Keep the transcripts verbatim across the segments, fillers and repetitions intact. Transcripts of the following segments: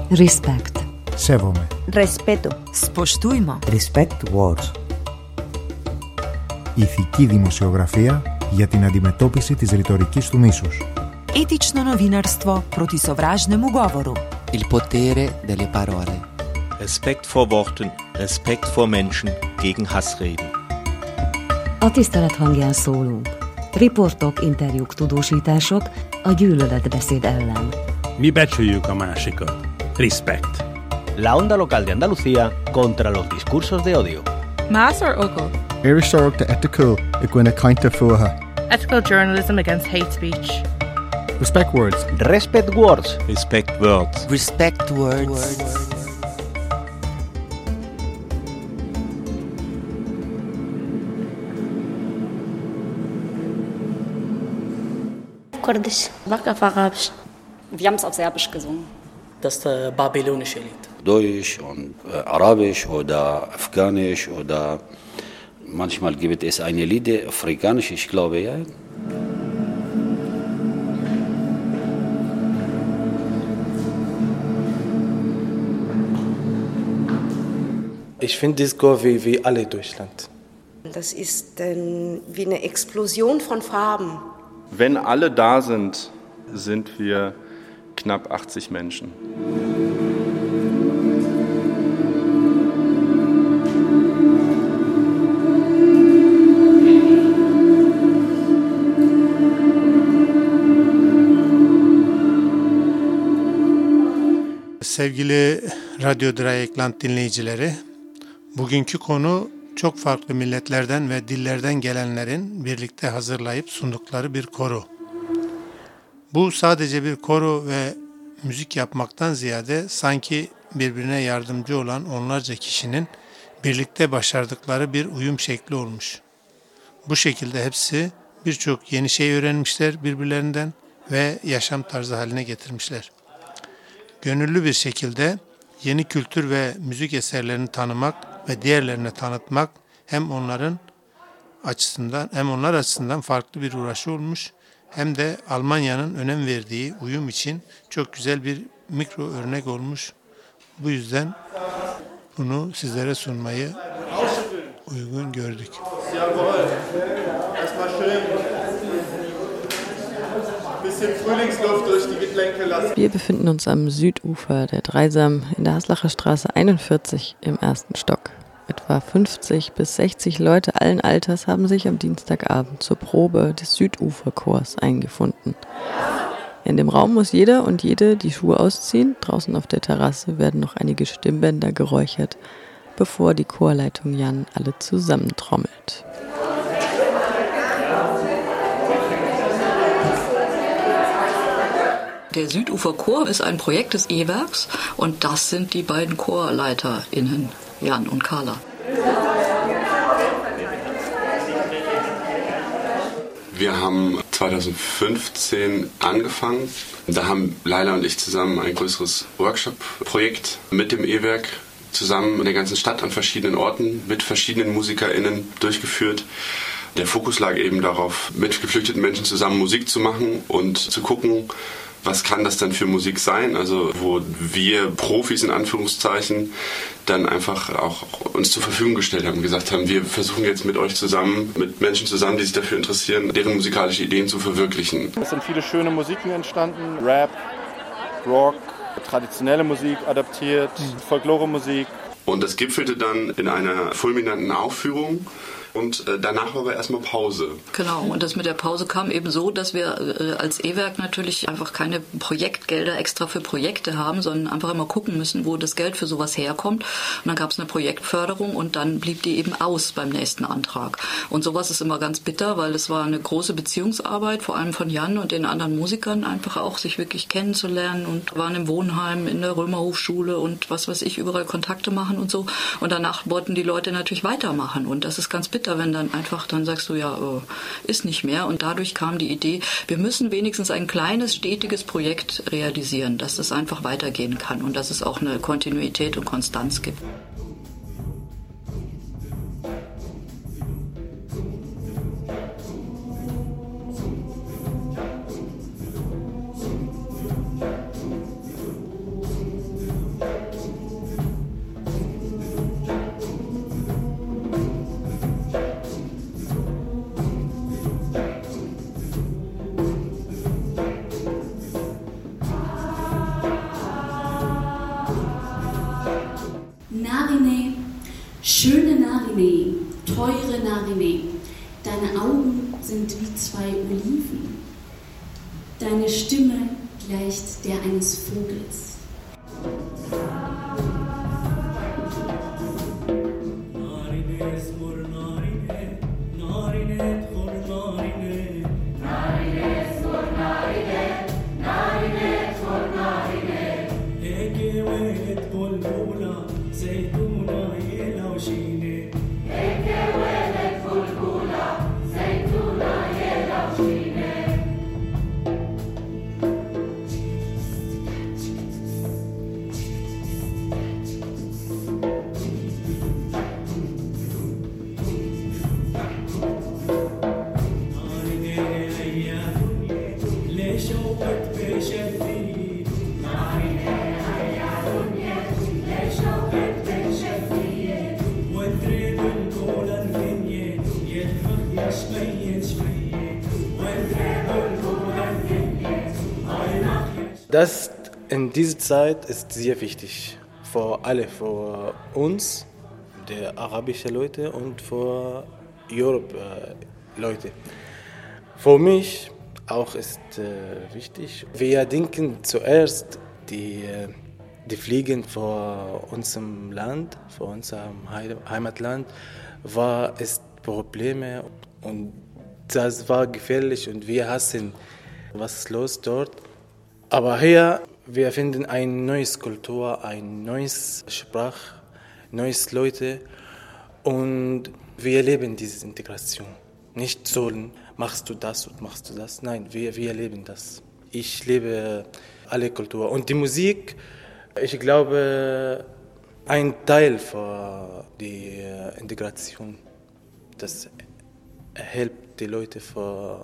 Respect. Σέβομαι. Respeto. Spoštujmo. Respect words. Ηθική δημοσιογραφία για την αντιμετώπιση της ρητορικής του μίσους. Etično novinarstvo proti sovražnemu govoru. Il potere delle parole. Respekt vor Worten, Respekt vor Menschen gegen Hassreden. A tisztelet hangján szólunk. Riportok, interjúk, tudósítások a gyűlöletbeszéd ellen. Mi becsüljük a másikat. Respect. La onda local de Andalucía contra los discursos de odio. Más or ogo? Iristorg de ethical y gwynna cainta fuaha. Ethical journalism against hate speech. Respect words. Respect words. Respect words. Respect words. Kurdisch. Waqaf Arabisch. Wir haben es auf Serbisch gesungen. Das babylonische Lied. Deutsch und äh, Arabisch oder Afghanisch oder manchmal gibt es eine Lieder Afrikanisch, ich glaube, ja. Ich finde Disco wie, wie alle Deutschland. Das ist äh, wie eine Explosion von Farben. Wenn alle da sind, sind wir knapp achtzig Menschen. Sevgili Radyo Drayekland dinleyicileri, bugünkü konu çok farklı milletlerden ve dillerden gelenlerin birlikte hazırlayıp sundukları bir koro. Bu sadece bir koro ve müzik yapmaktan ziyade sanki birbirine yardımcı olan onlarca kişinin birlikte başardıkları bir uyum şekli olmuş. Bu şekilde hepsi birçok yeni şey öğrenmişler birbirlerinden ve yaşam tarzı haline getirmişler. Gönüllü bir şekilde yeni kültür ve müzik eserlerini tanımak ve diğerlerine tanıtmak hem onların açısından hem onlar açısından farklı bir uğraşı olmuş, hem de Almanya'nın önem verdiği uyum için çok güzel bir mikro örnek olmuş. Bu yüzden bunu sizlere sunmayı uygun gördük. Wir befinden uns am Südufer der Dreisam in der Haslacher Straße einundvierzig im ersten Stock. Etwa fünfzig bis sechzig Leute allen Alters haben sich am Dienstagabend zur Probe des Süduferchors eingefunden. In dem Raum muss jeder und jede die Schuhe ausziehen. Draußen auf der Terrasse werden noch einige Stimmbänder geräuchert, bevor die Chorleitung Jan alle zusammentrommelt. Der Süduferchor ist ein Projekt des E-Werks und das sind die beiden ChorleiterInnen, Jan und Carla. Wir haben zweitausendfünfzehn angefangen. Da haben Laila und ich zusammen ein größeres Workshop-Projekt mit dem E-Werk zusammen in der ganzen Stadt an verschiedenen Orten mit verschiedenen MusikerInnen durchgeführt. Der Fokus lag eben darauf, mit geflüchteten Menschen zusammen Musik zu machen und zu gucken, was kann das dann für Musik sein? Also wo wir Profis in Anführungszeichen dann einfach auch uns zur Verfügung gestellt haben, gesagt haben, wir versuchen jetzt mit euch zusammen, mit Menschen zusammen, die sich dafür interessieren, deren musikalische Ideen zu verwirklichen. Es sind viele schöne Musiken entstanden, Rap, Rock, traditionelle Musik adaptiert, Folklore-Musik. Und das gipfelte dann in einer fulminanten Aufführung. Und äh, danach war aber erstmal Pause. Genau, und das mit der Pause kam eben so, dass wir äh, als E-Werk natürlich einfach keine Projektgelder extra für Projekte haben, sondern einfach immer gucken müssen, wo das Geld für sowas herkommt. Und dann gab es eine Projektförderung und dann blieb die eben aus beim nächsten Antrag. Und sowas ist immer ganz bitter, weil es war eine große Beziehungsarbeit, vor allem von Jan und den anderen Musikern, einfach auch sich wirklich kennenzulernen und waren im Wohnheim, in der Römerhofschule und was weiß ich, überall Kontakte machen und so. Und danach wollten die Leute natürlich weitermachen und das ist ganz bitter, wenn dann einfach, dann sagst du ja, oh, ist nicht mehr. Und dadurch kam die Idee, wir müssen wenigstens ein kleines, stetiges Projekt realisieren, dass es einfach weitergehen kann und dass es auch eine Kontinuität und Konstanz gibt. sind wie zwei Oliven. Deine Stimme gleicht der eines Vogels. Das in dieser Zeit ist sehr wichtig für alle, für uns, die arabischen Leute und für Europe äh, Leute. Für mich auch ist äh, wichtig. Wir denken zuerst die äh, die Fliegen vor unserem Land, vor unserem Heimatland, war es Probleme und das war gefährlich und wir hassen, was ist los dort. Aber hier, wir finden eine neue Kultur, ein neues Sprach, neues Leute und wir leben diese Integration. Nicht so, machst du das und machst du das. Nein, wir, wir leben das. Ich lebe alle Kultur und die Musik. Ich glaube, ein Teil für die Integration, das hilft die Leute für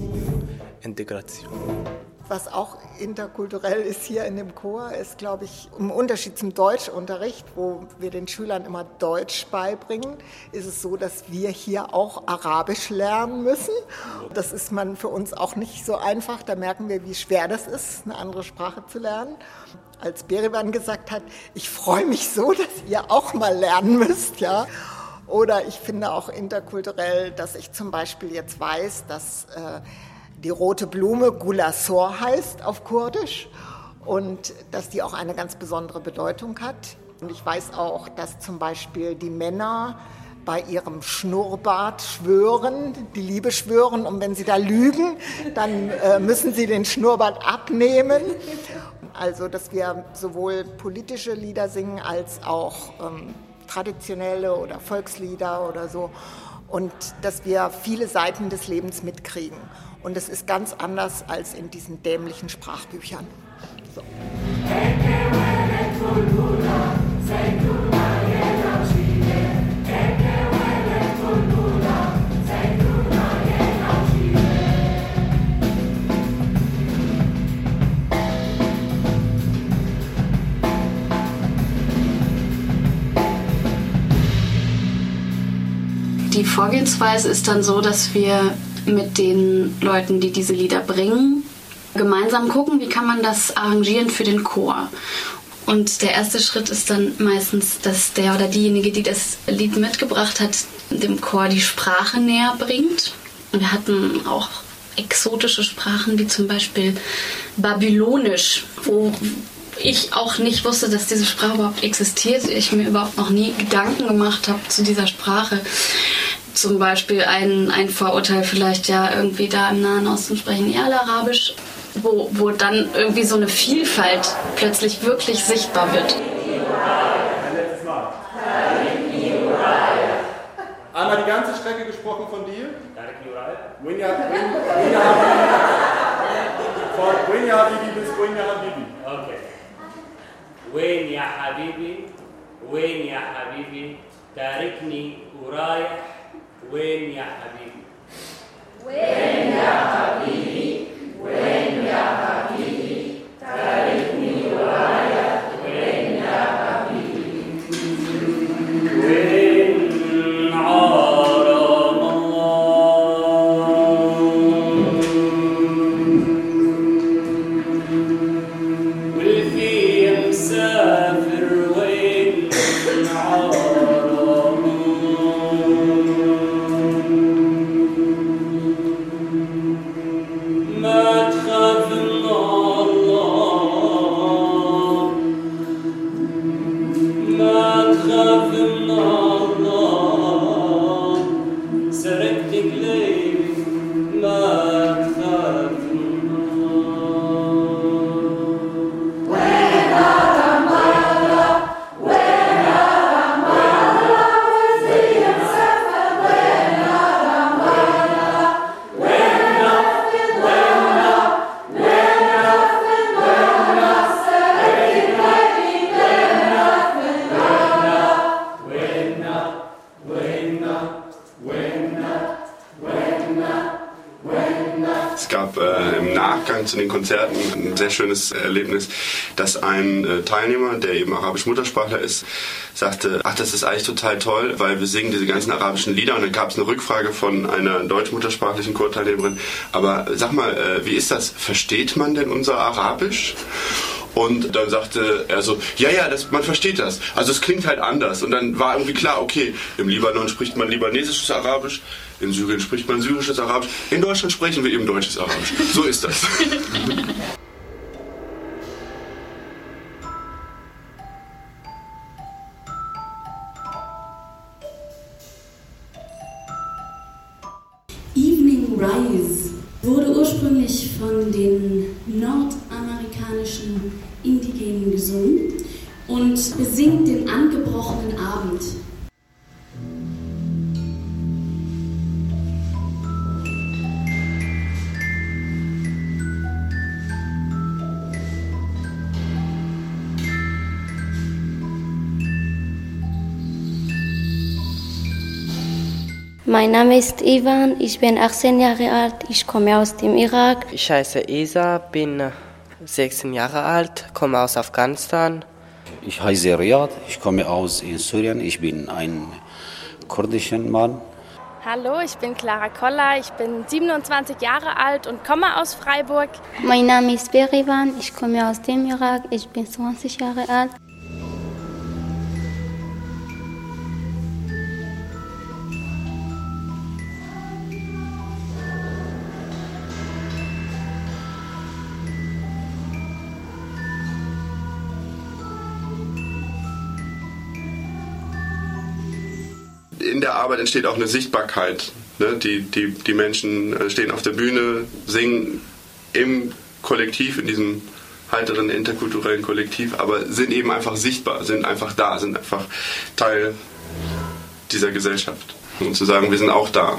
Integration. Was auch interkulturell ist hier in dem Chor, ist, glaube ich, im Unterschied zum Deutschunterricht, wo wir den Schülern immer Deutsch beibringen, ist es so, dass wir hier auch Arabisch lernen müssen. Das ist man für uns auch nicht so einfach. Da merken wir, wie schwer das ist, eine andere Sprache zu lernen. Als Berivan gesagt hat, ich freue mich so, dass ihr auch mal lernen müsst, ja. Oder ich finde auch interkulturell, dass ich zum Beispiel jetzt weiß, dass äh, die rote Blume Gulasor heißt auf Kurdisch und dass die auch eine ganz besondere Bedeutung hat. Und ich weiß auch, dass zum Beispiel die Männer bei ihrem Schnurrbart schwören, die Liebe schwören, und wenn sie da lügen, dann äh, müssen sie den Schnurrbart abnehmen. Also, dass wir sowohl politische Lieder singen als auch ähm, traditionelle oder Volkslieder oder so. Und dass wir viele Seiten des Lebens mitkriegen. Und es ist ganz anders als in diesen dämlichen Sprachbüchern. So. Die Vorgehensweise ist dann so, dass wir mit den Leuten, die diese Lieder bringen, gemeinsam gucken, wie kann man das arrangieren für den Chor. Und der erste Schritt ist dann meistens, dass der oder diejenige, die das Lied mitgebracht hat, dem Chor die Sprache näher bringt. Wir hatten auch exotische Sprachen, wie zum Beispiel Babylonisch, wo ich auch nicht wusste, dass diese Sprache überhaupt existiert. Ich mir überhaupt noch nie Gedanken gemacht habe zu dieser Sprache. Zum Beispiel ein, ein Vorurteil vielleicht, ja, irgendwie da im Nahen Osten sprechen die alle Arabisch, wo, wo dann irgendwie so eine Vielfalt plötzlich wirklich sichtbar wird. Einmal die ganze Strecke gesprochen von dir. Winja Habibi bis Winja Habibi. Okay. Winja Habibi, Winja Habibi, Tarikni Uraya, Winja Habibi. Winja Habibi, Winja Habibi, Tarikni Uraya, Winja Habibi. Nachgang zu den Konzerten ein sehr schönes Erlebnis, dass ein äh, Teilnehmer, der eben arabisch-Muttersprachler ist, sagte, ach, das ist eigentlich total toll, weil wir singen diese ganzen arabischen Lieder. Und dann gab es eine Rückfrage von einer deutsch-muttersprachlichen Chorteilnehmerin, aber sag mal, äh, wie ist das? Versteht man denn unser Arabisch? Und dann sagte er so, ja, ja, das, man versteht das. Also es klingt halt anders. Und dann war irgendwie klar, okay, im Libanon spricht man libanesisches Arabisch, in Syrien spricht man syrisches Arabisch, in Deutschland sprechen wir eben deutsches Arabisch. So ist das. Evening Rise wurde ursprünglich von den nordamerikanischen Indigenen gesungen und besingt den angebrochenen Abend. Mein Name ist Ivan, ich bin achtzehn Jahre alt, ich komme aus dem Irak. Ich heiße Isa, bin sechzehn Jahre alt, komme aus Afghanistan. Ich heiße Riyad, ich komme aus Syrien, ich bin ein kurdischer Mann. Hallo, ich bin Clara Koller, ich bin siebenundzwanzig Jahre alt und komme aus Freiburg. Mein Name ist Berivan, ich komme aus dem Irak, ich bin zwanzig Jahre alt. In der Arbeit entsteht auch eine Sichtbarkeit. Ne? Die, die, die Menschen stehen auf der Bühne, singen im Kollektiv, in diesem heiteren interkulturellen Kollektiv, aber sind eben einfach sichtbar, sind einfach da, sind einfach Teil dieser Gesellschaft. Und zu sagen, wir sind auch da.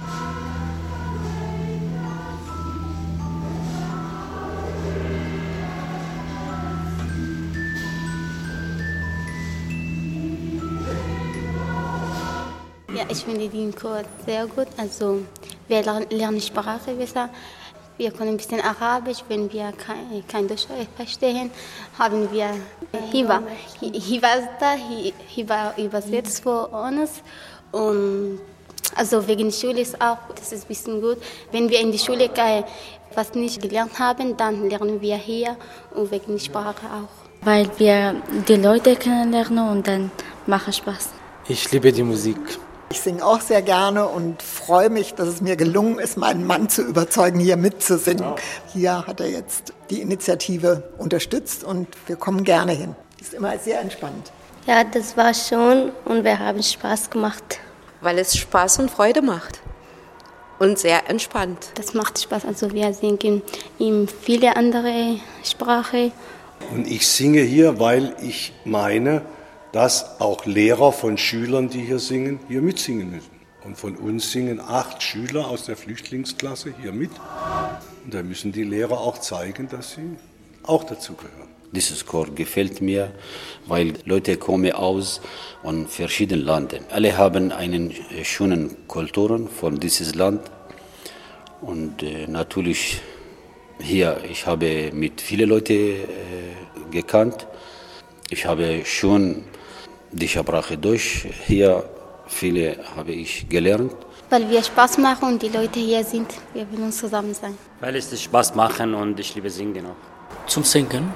Ja, ich finde den Kurs sehr gut. Also wir lernen Sprache besser. Wir können ein bisschen Arabisch, wenn wir kein, kein Deutsch verstehen, haben wir Hiba. Hiba ist da, Hiba übersetzt für uns. Und also wegen der Schule ist auch, das ist ein bisschen gut. Wenn wir in der Schule was nicht gelernt haben, dann lernen wir hier und wegen der Sprache auch. Weil wir die Leute kennenlernen und dann macht es Spaß. Ich liebe die Musik. Ich singe auch sehr gerne und freue mich, dass es mir gelungen ist, meinen Mann zu überzeugen, hier mitzusingen. Hier hat er jetzt die Initiative unterstützt und wir kommen gerne hin. Ist immer sehr entspannt. Ja, das war schon und wir haben Spaß gemacht. Weil es Spaß und Freude macht und sehr entspannt. Das macht Spaß, also wir singen in viele andere Sprachen. Und ich singe hier, weil ich meine, dass auch Lehrer von Schülern, die hier singen, hier mitsingen müssen. Und von uns singen acht Schüler aus der Flüchtlingsklasse hier mit. Und da müssen die Lehrer auch zeigen, dass sie auch dazugehören. Dieses Chor gefällt mir, weil Leute kommen aus von verschiedenen Ländern. Alle haben einen schönen Kulturen von dieses Land. Und äh, natürlich hier, ich habe mit vielen Leuten äh, gekannt. Ich habe schon die Sprache Deutsch hier, viele habe ich gelernt. Weil wir Spaß machen und die Leute hier sind, wir wollen zusammen sein. Weil es Spaß machen und ich liebe Singen auch. Zum Singen?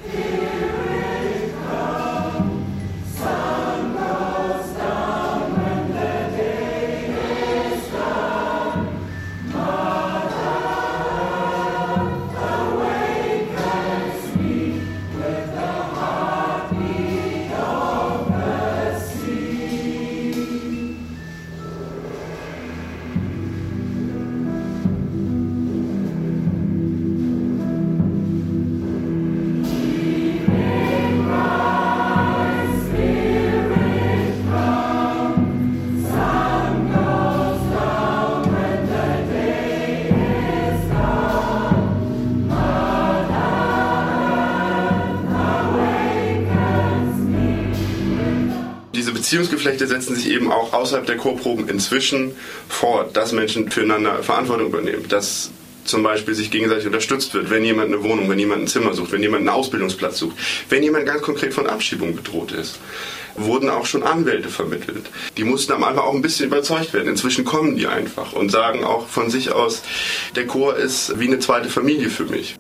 Beziehungsgeflechte setzen sich eben auch außerhalb der Chorproben inzwischen fort, dass Menschen füreinander Verantwortung übernehmen, dass zum Beispiel sich gegenseitig unterstützt wird, wenn jemand eine Wohnung, wenn jemand ein Zimmer sucht, wenn jemand einen Ausbildungsplatz sucht, wenn jemand ganz konkret von Abschiebung bedroht ist, wurden auch schon Anwälte vermittelt. Die mussten am Anfang auch ein bisschen überzeugt werden. Inzwischen kommen die einfach und sagen auch von sich aus, der Chor ist wie eine zweite Familie für mich.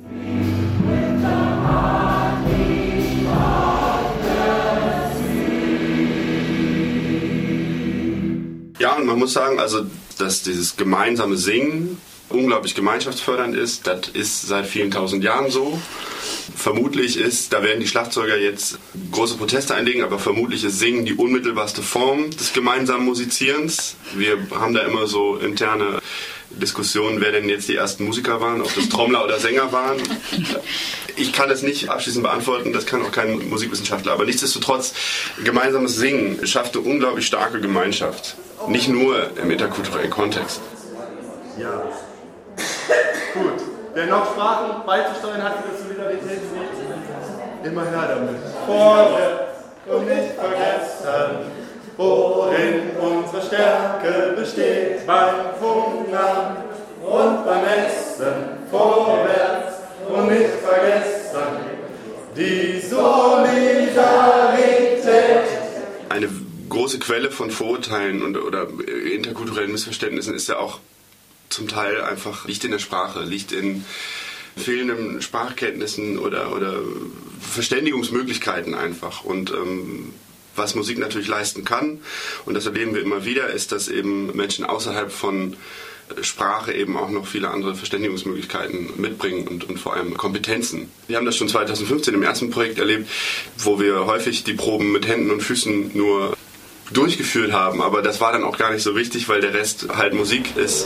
Ja, und man muss sagen, also, dass dieses gemeinsame Singen unglaublich gemeinschaftsfördernd ist, das ist seit vielen tausend Jahren so. Vermutlich ist, da werden die Schlagzeuger jetzt große Proteste einlegen, aber vermutlich ist Singen die unmittelbarste Form des gemeinsamen Musizierens. Wir haben da immer so interne Diskussionen, wer denn jetzt die ersten Musiker waren, ob das Trommler oder Sänger waren. Ich kann das nicht abschließend beantworten, das kann auch kein Musikwissenschaftler, aber nichtsdestotrotz, gemeinsames Singen schafft eine unglaublich starke Gemeinschaft. Nicht nur im interkulturellen Kontext. Ja. Gut. Wer noch Sprachen beizusteuern hat für das Solidaritätslied, immer her damit. Vorwärts und nicht vergessen, worin unsere Stärke besteht, beim Hungern und beim Essen. Vorwärts und nicht vergessen, die Solidarität. Eine große Quelle von Vorurteilen und, oder interkulturellen Missverständnissen ist ja auch zum Teil einfach, liegt in der Sprache, liegt in fehlenden Sprachkenntnissen oder, oder Verständigungsmöglichkeiten einfach. Und ähm, was Musik natürlich leisten kann, und das erleben wir immer wieder, ist, dass eben Menschen außerhalb von Sprache eben auch noch viele andere Verständigungsmöglichkeiten mitbringen und, und vor allem Kompetenzen. Wir haben das schon zweitausendfünfzehn im ersten Projekt erlebt, wo wir häufig die Proben mit Händen und Füßen nur durchgeführt haben, aber das war dann auch gar nicht so wichtig, weil der Rest halt Musik ist.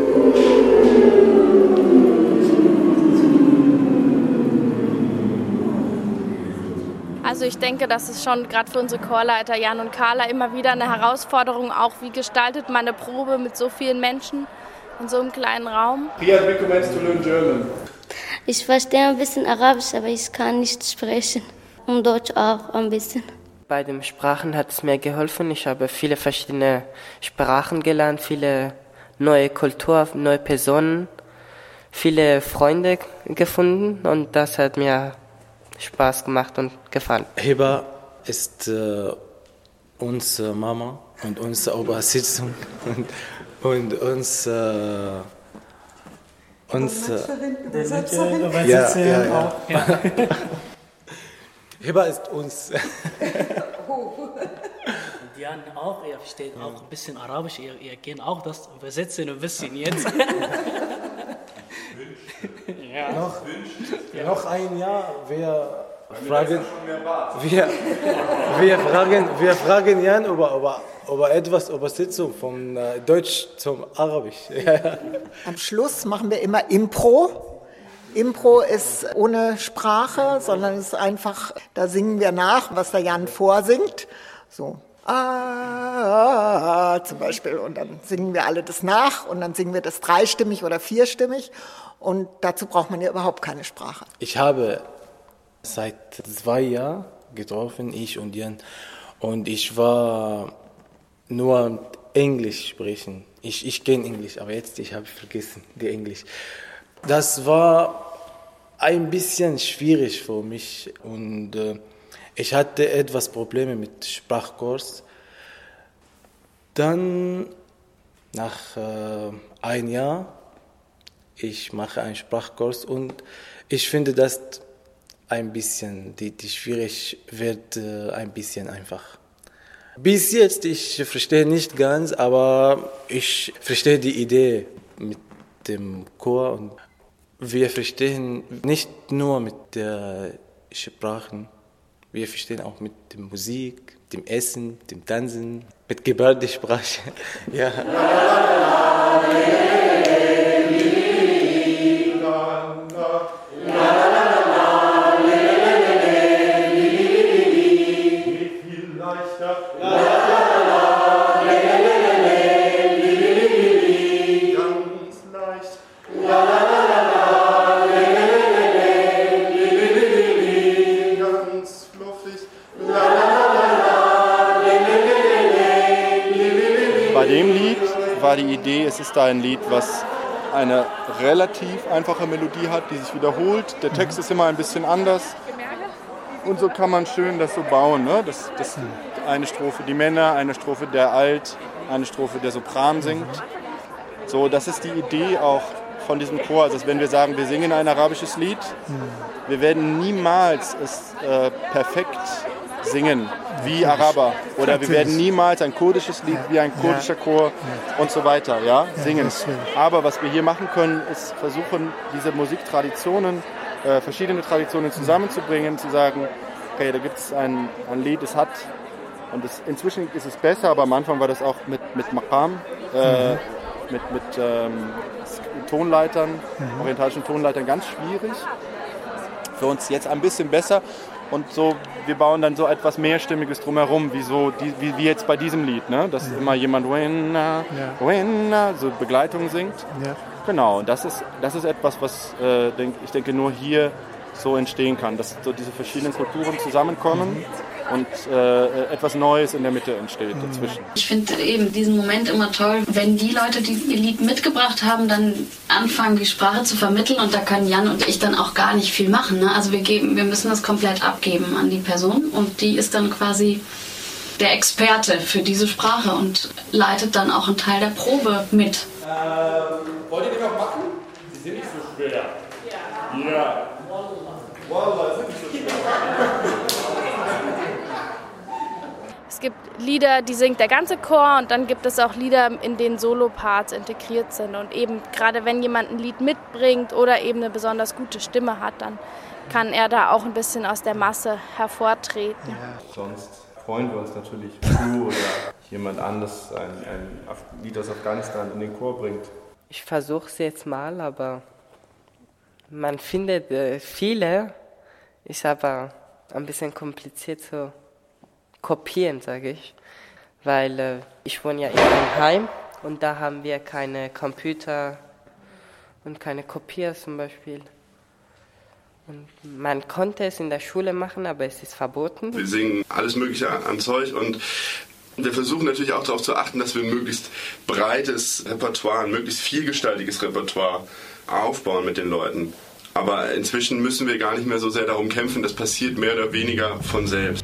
Also ich denke, das ist schon gerade für unsere Chorleiter Jan und Carla immer wieder eine Herausforderung, auch wie gestaltet man eine Probe mit so vielen Menschen in so einem kleinen Raum. Riyad, wie commenced to learn German? Ich verstehe ein bisschen Arabisch, aber ich kann nicht sprechen. Und Deutsch auch ein bisschen. Bei den Sprachen hat es mir geholfen. Ich habe viele verschiedene Sprachen gelernt, viele neue Kultur, neue Personen, viele Freunde gefunden und das hat mir Spaß gemacht und gefallen. Hiba ist äh, unsere Mama und unsere Obersitzung und, und uns äh, uns Übersetzerin, äh, ja, ja, ja. ja. Hiba ist uns. Und Jan auch, er versteht auch ein bisschen Arabisch, ihr, ihr kennt auch das Übersetzen ein bisschen jetzt. Ja. Noch, noch ein Jahr, wir fragen, wir, wir fragen, wir fragen Jan über, über, über etwas Übersetzung von Deutsch zum Arabisch. Ja. Am Schluss machen wir immer Impro. Impro ist ohne Sprache, sondern es ist einfach, da singen wir nach, was der Jan vorsingt. So, ah, zum Beispiel. Und dann singen wir alle das nach und dann singen wir das dreistimmig oder vierstimmig. Und dazu braucht man ja überhaupt keine Sprache. Ich habe seit zwei Jahren getroffen, ich und Jan. Und ich war nur Englisch sprechen. Ich, ich kenne Englisch, aber jetzt ich habe vergessen, die Englisch. Das war ein bisschen schwierig für mich und äh, ich hatte etwas Probleme mit Sprachkurs. Dann, nach äh, einem Jahr, ich mache einen Sprachkurs und ich finde, dass ein bisschen, die, die schwierig wird, äh, ein bisschen einfach. Bis jetzt, ich verstehe nicht ganz, aber ich verstehe die Idee mit dem Chor und wir verstehen nicht nur mit der Sprache, wir verstehen auch mit der Musik, dem Essen, dem Tanzen, mit Gebärdensprache. Ja. Bei dem Lied war die Idee, es ist da ein Lied, was eine relativ einfache Melodie hat, die sich wiederholt. Der Text ist immer ein bisschen anders. Und so kann man schön das so bauen. Ne? Das, das eine Strophe die Männer, eine Strophe der Alt, eine Strophe der Sopran singt. So, das ist die Idee auch von diesem Chor. Also wenn wir sagen, wir singen ein arabisches Lied, wir werden niemals es äh, perfekt singen wie Araber. Oder wir werden niemals ein kurdisches Lied wie ein kurdischer Chor und so weiter ja, singen. Aber was wir hier machen können, ist versuchen, diese Musiktraditionen, äh, verschiedene Traditionen zusammenzubringen, zu sagen, okay, da gibt es ein, ein Lied, das hat, und es, inzwischen ist es besser, aber am Anfang war das auch mit, mit Maqam, äh, mhm. mit, mit ähm, Tonleitern, mhm. orientalischen Tonleitern ganz schwierig. Für uns jetzt ein bisschen besser. Und so, wir bauen dann so etwas Mehrstimmiges drumherum, wie, so, die, wie, wie jetzt bei diesem Lied, ne? Dass ja. immer jemand Wenna, ja. Wenna, so Begleitung singt. Ja. Genau, und das ist, das ist etwas, was äh, denk, ich denke nur hier so entstehen kann, dass so diese verschiedenen Kulturen zusammenkommen mhm. und äh, etwas Neues in der Mitte entsteht dazwischen. Ich finde eben diesen Moment immer toll, wenn die Leute, die ihr Lied mitgebracht haben, dann anfangen, die Sprache zu vermitteln, und da können Jan und ich dann auch gar nicht viel machen. Ne? Also wir geben, wir müssen das komplett abgeben an die Person, und die ist dann quasi der Experte für diese Sprache und leitet dann auch einen Teil der Probe mit. Ähm, wollt ihr die noch machen? Sie sind nicht so schwer. Ja. Ja. Wallah, sind nicht so schwer. Es gibt Lieder, die singt der ganze Chor, und dann gibt es auch Lieder, in denen Soloparts integriert sind. Und eben gerade wenn jemand ein Lied mitbringt oder eben eine besonders gute Stimme hat, dann kann er da auch ein bisschen aus der Masse hervortreten. Ja. Sonst freuen wir uns natürlich, wenn du oder jemand anderes ein, ein Lied aus Afghanistan in den Chor bringt. Ich versuche es jetzt mal, aber man findet äh, viele, ist aber ein bisschen kompliziert zu kopieren, sage ich. Weil äh, ich wohne ja in einem Heim, und da haben wir keine Computer und keine Kopier zum Beispiel. Und man konnte es in der Schule machen, aber es ist verboten. Wir singen alles Mögliche an Zeug, und wir versuchen natürlich auch darauf zu achten, dass wir ein möglichst breites Repertoire, ein möglichst vielgestaltiges Repertoire aufbauen mit den Leuten. Aber inzwischen müssen wir gar nicht mehr so sehr darum kämpfen, das passiert mehr oder weniger von selbst.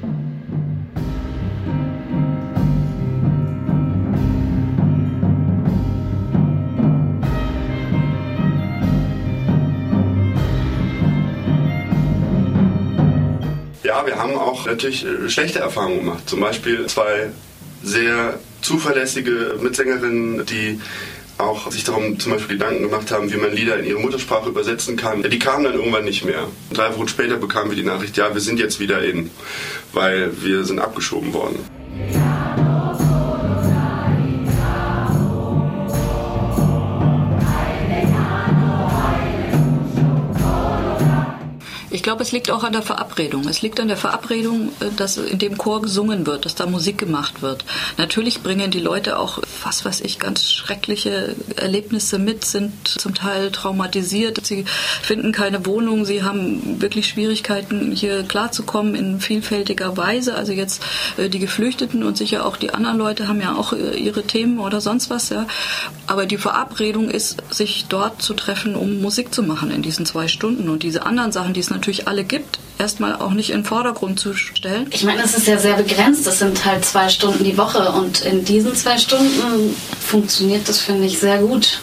Ja, wir haben auch natürlich schlechte Erfahrungen gemacht. Zum Beispiel zwei sehr zuverlässige Mitsängerinnen, die auch sich darum zum Beispiel Gedanken gemacht haben, wie man Lieder in ihre Muttersprache übersetzen kann. Die kamen dann irgendwann nicht mehr. Drei Wochen später bekamen wir die Nachricht, ja, wir sind jetzt wieder in, weil wir sind abgeschoben worden. Ich glaube, es liegt auch an der Verabredung. Es liegt an der Verabredung, dass in dem Chor gesungen wird, dass da Musik gemacht wird. Natürlich bringen die Leute auch, was weiß ich, ganz schreckliche Erlebnisse mit, sind zum Teil traumatisiert. Sie finden keine Wohnung, sie haben wirklich Schwierigkeiten, hier klarzukommen in vielfältiger Weise. Also jetzt die Geflüchteten und sicher auch die anderen Leute haben ja auch ihre Themen oder sonst was. Ja. Aber die Verabredung ist, sich dort zu treffen, um Musik zu machen in diesen zwei Stunden. Und diese anderen Sachen, die es natürlich alle gibt, erstmal auch nicht in den Vordergrund zu stellen. Ich meine, es ist ja sehr begrenzt. Das sind halt zwei Stunden die Woche, und in diesen zwei Stunden funktioniert das, finde ich, sehr gut.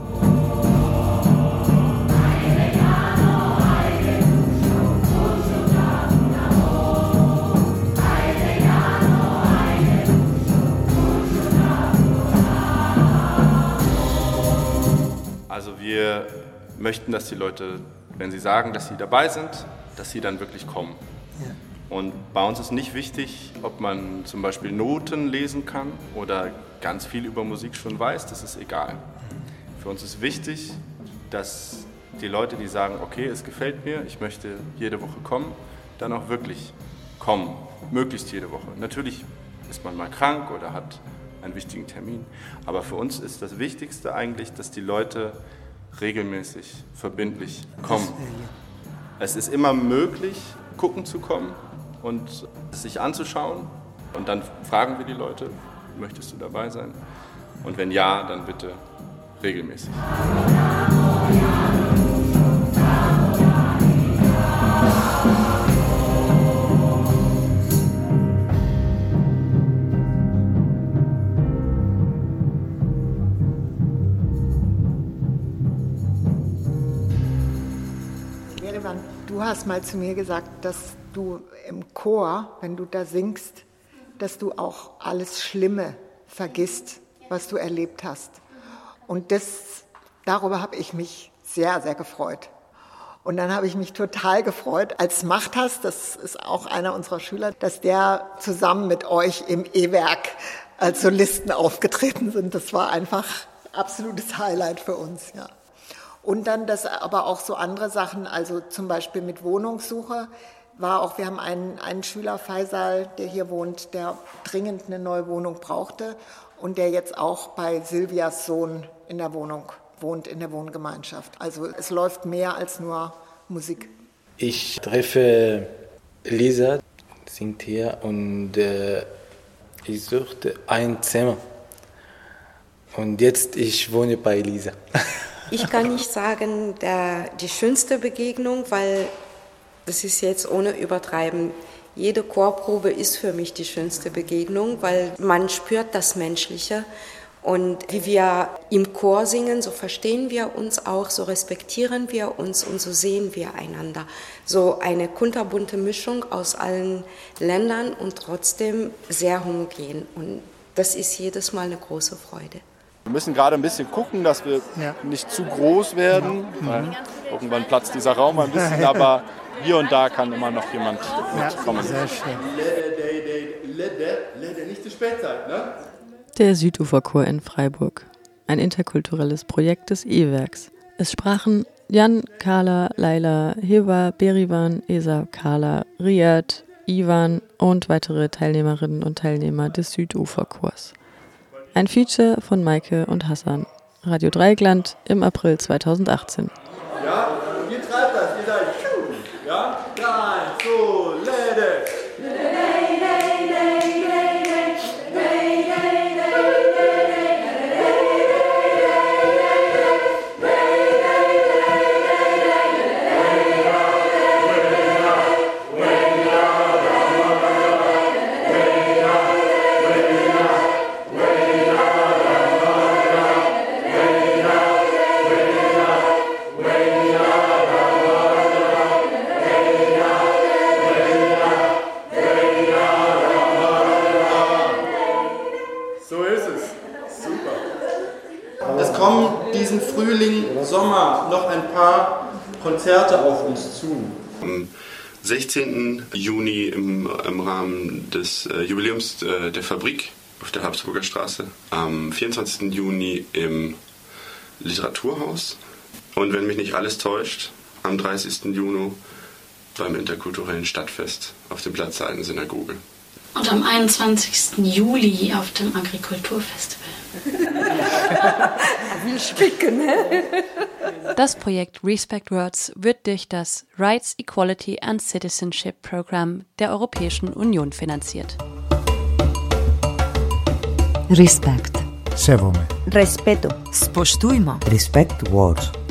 Also wir möchten, dass die Leute, wenn sie sagen, dass sie dabei sind, dass sie dann wirklich kommen. Ja. Und bei uns ist nicht wichtig, ob man zum Beispiel Noten lesen kann oder ganz viel über Musik schon weiß, das ist egal. Für uns ist wichtig, dass die Leute, die sagen, okay, es gefällt mir, ich möchte jede Woche kommen, dann auch wirklich kommen, möglichst jede Woche. Natürlich ist man mal krank oder hat einen wichtigen Termin, aber für uns ist das Wichtigste eigentlich, dass die Leute regelmäßig, verbindlich kommen. Es ist immer möglich, gucken zu kommen und es sich anzuschauen. Und dann fragen wir die Leute, möchtest du dabei sein? Und wenn ja, dann bitte regelmäßig. Du hast mal zu mir gesagt, dass du im Chor, wenn du da singst, dass du auch alles Schlimme vergisst, was du erlebt hast. Und das, darüber habe ich mich sehr, sehr gefreut. Und dann habe ich mich total gefreut, als Machtas, das ist auch einer unserer Schüler, dass der zusammen mit euch im E-Werk als Solisten aufgetreten sind. Das war einfach absolutes Highlight für uns, ja. Und dann das aber auch so andere Sachen, also zum Beispiel mit Wohnungssuche war auch, wir haben einen, einen Schüler, Faisal, der hier wohnt, der dringend eine neue Wohnung brauchte und der jetzt auch bei Silvias Sohn in der Wohnung wohnt, in der Wohngemeinschaft. Also es läuft mehr als nur Musik. Ich treffe Lisa, singt hier und äh, ich suchte ein Zimmer. Und jetzt ich wohne bei Lisa. Ich kann nicht sagen, der, die schönste Begegnung, weil das ist jetzt ohne Übertreiben. Jede Chorprobe ist für mich die schönste Begegnung, weil man spürt das Menschliche. Und wie wir im Chor singen, so verstehen wir uns auch, so respektieren wir uns und so sehen wir einander. So eine kunterbunte Mischung aus allen Ländern und trotzdem sehr homogen. Und das ist jedes Mal eine große Freude. Wir müssen gerade ein bisschen gucken, dass wir ja. nicht zu groß werden. Ja. Mhm. Irgendwann platzt dieser Raum ein bisschen, aber hier und da kann immer noch jemand mitkommen. Sehr schön. Nicht zu spät sein, ne? Der Süduferchor in Freiburg. Ein interkulturelles Projekt des E-Werks. Es sprachen Jan, Carla, Laila, Hiba, Berivan, Esa, Carla, Riyad, Ivan und weitere Teilnehmerinnen und Teilnehmer des Süduferchors. Ein Feature von Maike und Hassan. Radio Dreieckland im April zweitausendachtzehn. Ja, und ihr treibt das, ihr seid ja, drei, so, lede. Diesen Frühling, Sommer noch ein paar Konzerte auf uns zu. Am sechzehnten Juni im, im Rahmen des äh, Jubiläums äh, der Fabrik auf der Habsburger Straße. Am vierundzwanzigsten Juni im Literaturhaus. Und wenn mich nicht alles täuscht, am dreißigsten Juni beim interkulturellen Stadtfest auf dem Platz der Alten Synagoge. Und am einundzwanzigsten Juli auf dem Agrikulturfestival. Will spicken, ne? Das Projekt Respect Words wird durch das Rights, Equality and Citizenship Program der Europäischen Union finanziert. Respect. Σέβομαι. Respeto. Spoštujmo. Respect Words.